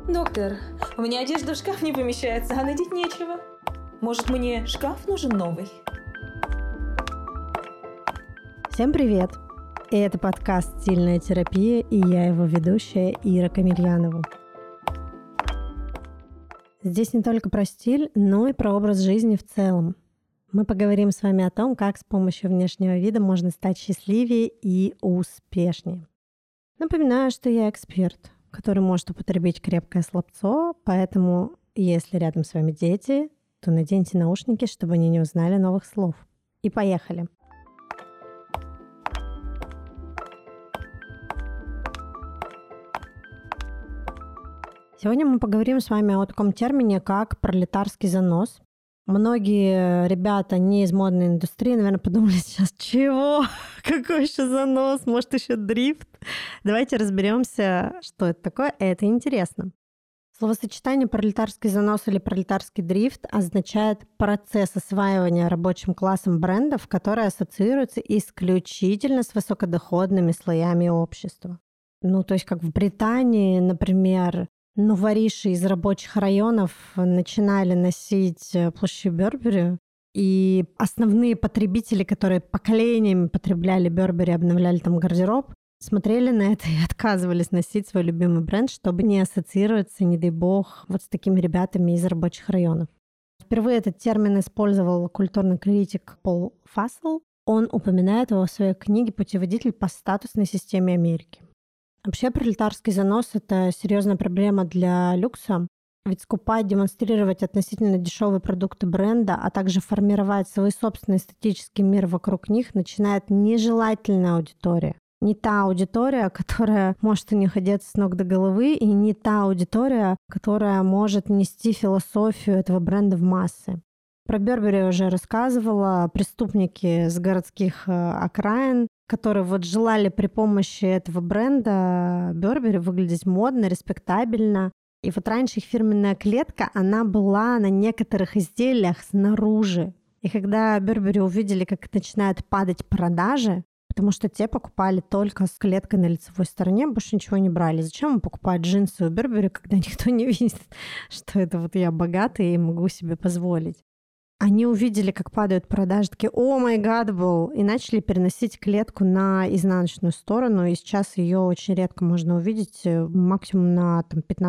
Доктор, у меня одежда в шкаф не помещается, а надеть нечего. Может, мне шкаф нужен новый? Всем привет! И это подкаст «Стильная терапия», и я его ведущая Ира Камильянова. Здесь не только про стиль, но и про образ жизни в целом. Мы поговорим с вами о том, как с помощью внешнего вида можно стать счастливее и успешнее. Напоминаю, что я эксперт, который может употребить крепкое словцо, поэтому, если рядом с вами дети, то наденьте наушники, чтобы они не узнали новых слов. И поехали! Сегодня мы поговорим с вами о таком термине, как пролетарский занос. Многие ребята не из модной индустрии, наверное, подумали сейчас, чего? Какой еще занос? Может, еще дрифт? Давайте разберемся, что это такое. Это интересно. Словосочетание пролетарский занос или пролетарский дрифт означает процесс осваивания рабочим классом брендов, который ассоциируется исключительно с высокодоходными слоями общества. То есть как в Британии, например, новориши из рабочих районов начинали носить плащи Burberry, и основные потребители, которые поколениями потребляли Burberry, обновляли там гардероб, смотрели на это и отказывались носить свой любимый бренд, чтобы не ассоциироваться, не дай бог, вот с такими ребятами из рабочих районов. Впервые этот термин использовал культурный критик Пол Фассел. Он упоминает его в своей книге «Путеводитель по статусной системе Америки». Вообще пролетарский занос — это серьезная проблема для люкса, ведь скупать, демонстрировать относительно дешевые продукты бренда, а также формировать свой собственный эстетический мир вокруг них начинает нежелательная аудитория. Не та аудитория, которая может у них одеться с ног до головы, и не та аудитория, которая может нести философию этого бренда в массы. Про Burberry уже рассказывала, преступники с городских окраин, которые вот желали при помощи этого бренда Burberry выглядеть модно, респектабельно. И вот раньше их фирменная клетка, она была на некоторых изделиях снаружи. И когда Burberry увидели, как начинают падать продажи, потому что те покупали только с клеткой на лицевой стороне, больше ничего не брали. Зачем им покупать джинсы у Burberry, когда никто не видит, что это вот я богатый и могу себе позволить? Они увидели, как падают продажи, такие «О май гад был!» и начали переносить клетку на изнаночную сторону, и сейчас ее очень редко можно увидеть, максимум на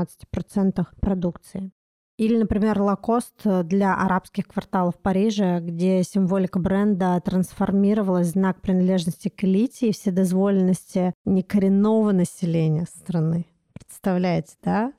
15% продукции. Или, например, Lacoste для арабских кварталов Парижа, где символика бренда трансформировалась в знак принадлежности к элите и вседозволенности некоренного населения страны. Представляете, да?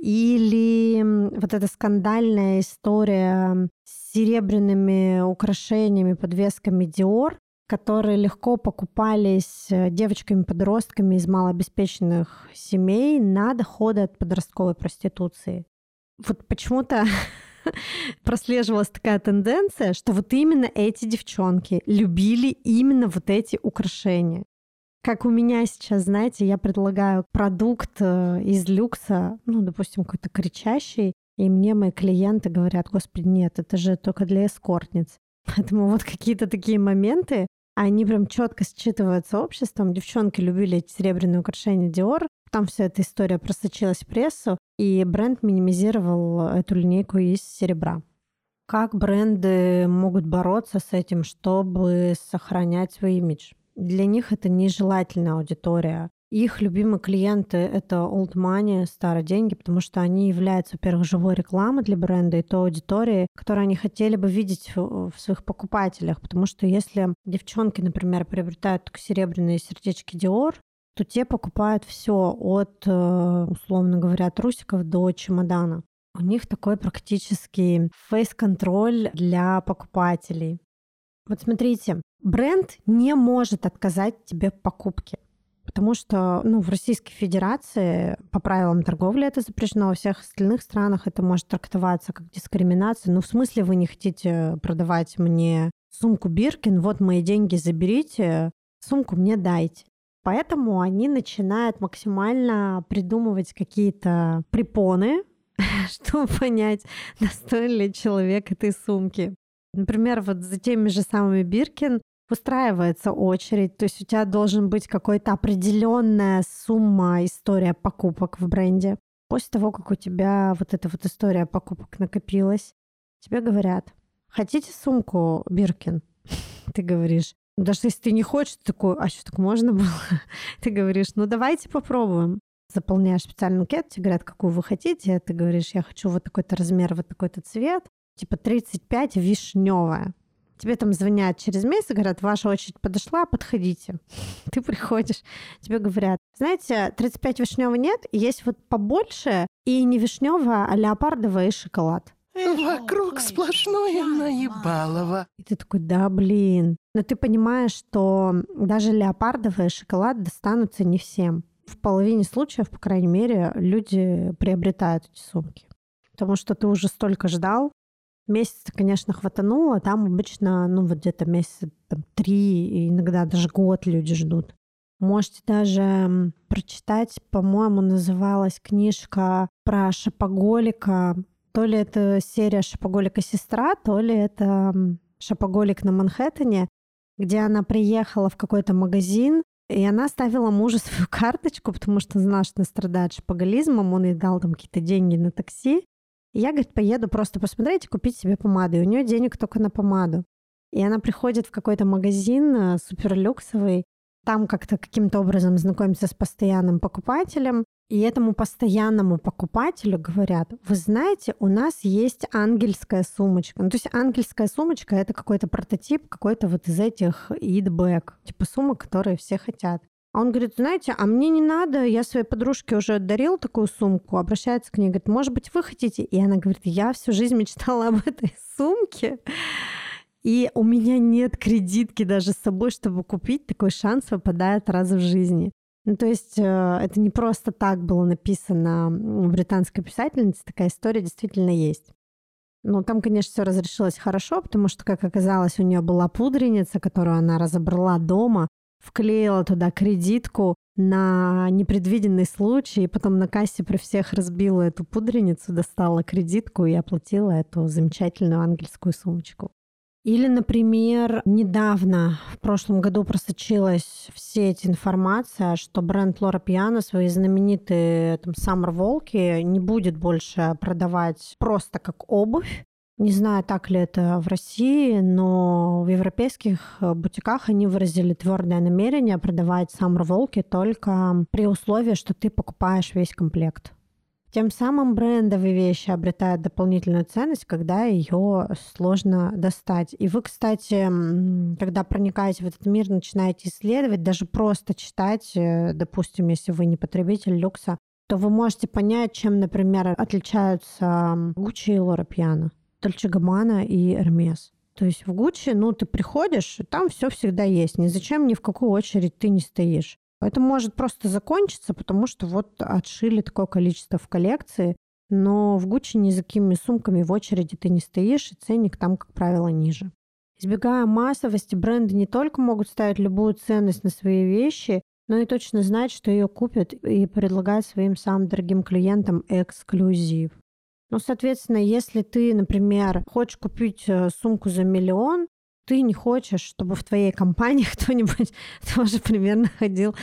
Или вот эта скандальная история с серебряными украшениями, подвесками Dior, которые легко покупались девочками-подростками из малообеспеченных семей на доходы от подростковой проституции. Вот почему-то прослеживалась такая тенденция, что вот именно эти девчонки любили именно вот эти украшения. Как у меня сейчас, знаете, я предлагаю продукт из люкса, допустим, какой-то кричащий, и мне мои клиенты говорят: «Господи, нет, это же только для эскортниц». Поэтому вот какие-то такие моменты, они прям четко считываются обществом. Девчонки любили эти серебряные украшения Dior, потом вся эта история просочилась в прессу, и бренд минимизировал эту линейку из серебра. Как бренды могут бороться с этим, чтобы сохранять свой имидж? Для них это нежелательная аудитория. Их любимые клиенты — это old money, старые деньги, потому что они являются, во-первых, живой рекламой для бренда и той аудитории, которую они хотели бы видеть в своих покупателях. Потому что если девчонки, например, приобретают серебряные сердечки Dior, то те покупают все от, условно говоря, трусиков до чемодана. У них такой практически фейс-контроль для покупателей. Вот смотрите, бренд не может отказать тебе в покупке, потому что в Российской Федерации по правилам торговли это запрещено, во всех остальных странах это может трактоваться как дискриминация. В смысле вы не хотите продавать мне сумку Биркин, вот мои деньги заберите, сумку мне дайте. Поэтому они начинают максимально придумывать какие-то препоны, чтобы понять, достоин ли человек этой сумки. Например, вот за теми же самыми Биркин выстраивается очередь, то есть у тебя должен быть какая-то определенная сумма, история покупок в бренде. После того, как у тебя вот эта вот история покупок накопилась, тебе говорят: хотите сумку Биркин? Ты говоришь, даже если ты не хочешь, ты такой, а что, так можно было? Ты говоришь, ну давайте попробуем. Заполняешь специальную анкету, тебе говорят, какую вы хотите. Ты говоришь, я хочу вот такой-то размер, вот такой-то цвет. Типа 35 вишневая. Тебе там звонят через месяц и говорят, ваша очередь подошла, подходите. Ты приходишь, тебе говорят, знаете, 35 вишневого нет, есть вот побольше, и не вишневая, а леопардовая и шоколад. Вокруг сплошное наебалово. И ты такой, да, блин. Но ты понимаешь, что даже леопардовый и шоколад достанутся не всем. В половине случаев, по крайней мере, люди приобретают эти сумки. Потому что ты уже столько ждал. Месяца, конечно, хватануло. Там обычно, вот где-то месяца 3, и иногда даже год люди ждут. Можете даже прочитать, по-моему, называлась книжка про шопоголика. То ли это серия «Шопоголик и сестра», то ли это «Шопоголик на Манхэттене», где она приехала в какой-то магазин, и она ставила мужу свою карточку, потому что знала, что она страдает шопоголизмом, он ей дал там какие-то деньги на такси. И я, говорит, поеду просто посмотреть и купить себе помаду. И у нее денег только на помаду. И она приходит в какой-то магазин суперлюксовый, там как-то каким-то образом знакомится с постоянным покупателем. И этому постоянному покупателю говорят, вы знаете, у нас есть ангельская сумочка. То есть ангельская сумочка — это какой-то прототип, какой-то вот из этих eat-bag, типа сумок, которые все хотят. А он говорит, знаете, а мне не надо, я своей подружке уже дарил такую сумку. Обращается к ней, говорит, может быть, вы хотите? И она говорит, я всю жизнь мечтала об этой сумке, и у меня нет кредитки даже с собой, чтобы купить. Такой шанс выпадает раз в жизни. То есть это не просто так было написано британской писательницей, такая история действительно есть. Но там, конечно, все разрешилось хорошо, потому что, как оказалось, у нее была пудреница, которую она разобрала дома, вклеила туда кредитку на непредвиденный случай, и потом на кассе при всех разбила эту пудреницу, достала кредитку и оплатила эту замечательную ангельскую сумочку. Или, например, недавно, в прошлом году просочилась в сеть информация, что бренд Loro Piana свои знаменитые Summer волки не будет больше продавать просто как обувь. Не знаю, так ли это в России, но в европейских бутиках они выразили твердое намерение продавать Summer волки только при условии, что ты покупаешь весь комплект. Тем самым брендовые вещи обретают дополнительную ценность, когда ее сложно достать. И вы, кстати, когда проникаете в этот мир, начинаете исследовать, даже просто читать, допустим, если вы не потребитель люкса, то вы можете понять, чем, например, отличаются Gucci и Loro Piana, Dolce Gabbana и Hermes. То есть в Gucci, ты приходишь, и там все всегда есть. Ни зачем, ни в какую очередь ты не стоишь. Это может просто закончиться, потому что вот отшили такое количество в коллекции, но в Gucci ни за какими сумками в очереди ты не стоишь, и ценник там, как правило, ниже. Избегая массовости, бренды не только могут ставить любую ценность на свои вещи, но и точно знать, что ее купят, и предлагать своим самым дорогим клиентам эксклюзив. Соответственно, если ты, например, хочешь купить сумку за 1 миллион, ты не хочешь, чтобы в твоей компании кто-нибудь тоже примерно ходил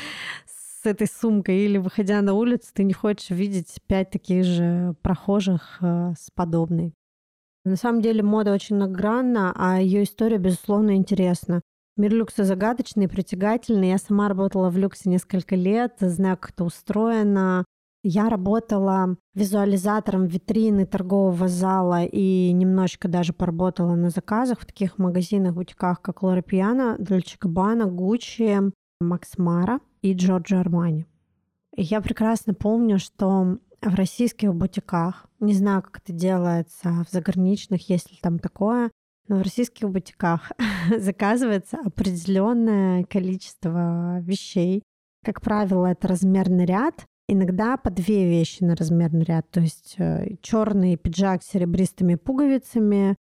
с этой сумкой, или, выходя на улицу, ты не хочешь видеть 5 таких же прохожих с подобной. На самом деле мода очень многогранна, а ее история, безусловно, интересна. Мир люкса загадочный, притягательный. Я сама работала в люксе несколько лет, знаю, как это устроено. Я работала визуализатором витрины торгового зала и немножечко даже поработала на заказах в таких магазинах, бутиках, как Loro Piana, Dolce Gabbana, Gucci, Max Mara и Giorgio Armani. И я прекрасно помню, что в российских бутиках, не знаю, как это делается в заграничных, есть ли там такое, но в российских бутиках заказывается определенное количество вещей. Как правило, это размерный ряд. Иногда по 2 вещи на размерный ряд. То есть черный пиджак с серебристыми пуговицами,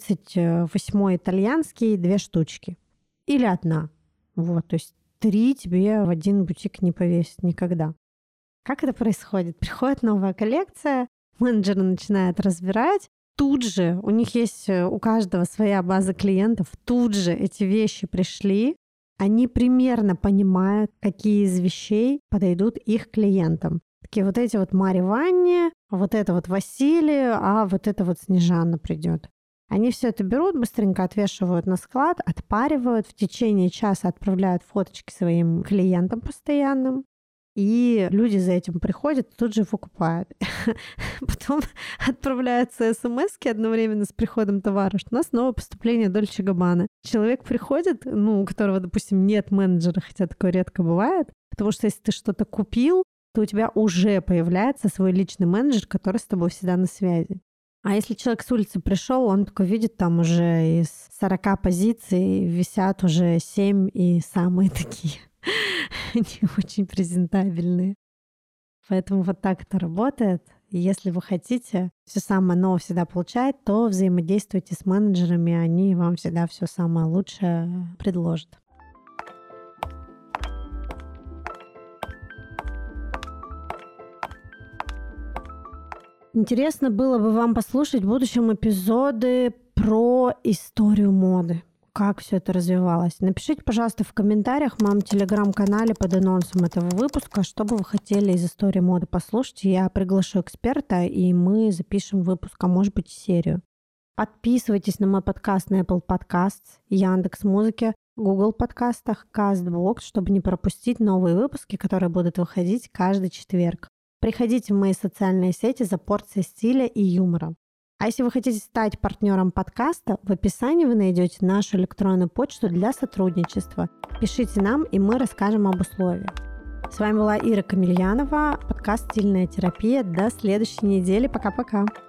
38-й итальянский, 2 штучки. Или 1. Вот, то есть 3 тебе в один бутик не повесят никогда. Как это происходит? Приходит новая коллекция, менеджеры начинают разбирать. Тут же у них есть у каждого своя база клиентов. Тут же эти вещи пришли. Они примерно понимают, какие из вещей подойдут их клиентам. Такие вот эти вот Марья Ванне, вот это вот Василию, а вот это вот Снежана придет. Они все это берут, быстренько отвешивают на склад, отпаривают, в течение часа отправляют фоточки своим клиентам постоянным, и люди за этим приходят, тут же покупают. Потом отправляются смс-ки одновременно с приходом товара, что у нас новое поступление Дольче Габбана. Человек приходит, у которого, допустим, нет менеджера, хотя такое редко бывает, потому что если ты что-то купил, то у тебя уже появляется свой личный менеджер, который с тобой всегда на связи. А если человек с улицы пришел, он такой видит, там уже из 40 позиций висят уже 7 и самые такие не очень презентабельные. Поэтому вот так это работает. И если вы хотите все самое новое всегда получать, то взаимодействуйте с менеджерами, они вам всегда все самое лучшее предложат. Интересно было бы вам послушать в будущем эпизоды про историю моды. Как все это развивалось. Напишите, пожалуйста, в комментариях в моем телеграм-канале под анонсом этого выпуска, что бы вы хотели из истории моды послушать. Я приглашу эксперта, и мы запишем выпуск, а может быть, серию. Подписывайтесь на мой подкаст на Apple Podcasts, Яндекс.Музыке, Google подкастах, CastBox, чтобы не пропустить новые выпуски, которые будут выходить каждый четверг. Приходите в мои социальные сети за порцией стиля и юмора. А если вы хотите стать партнером подкаста, в описании вы найдете нашу электронную почту для сотрудничества. Пишите нам, и мы расскажем об условиях. С вами была Ира Камельянова, подкаст «Стильная терапия». До следующей недели. Пока-пока.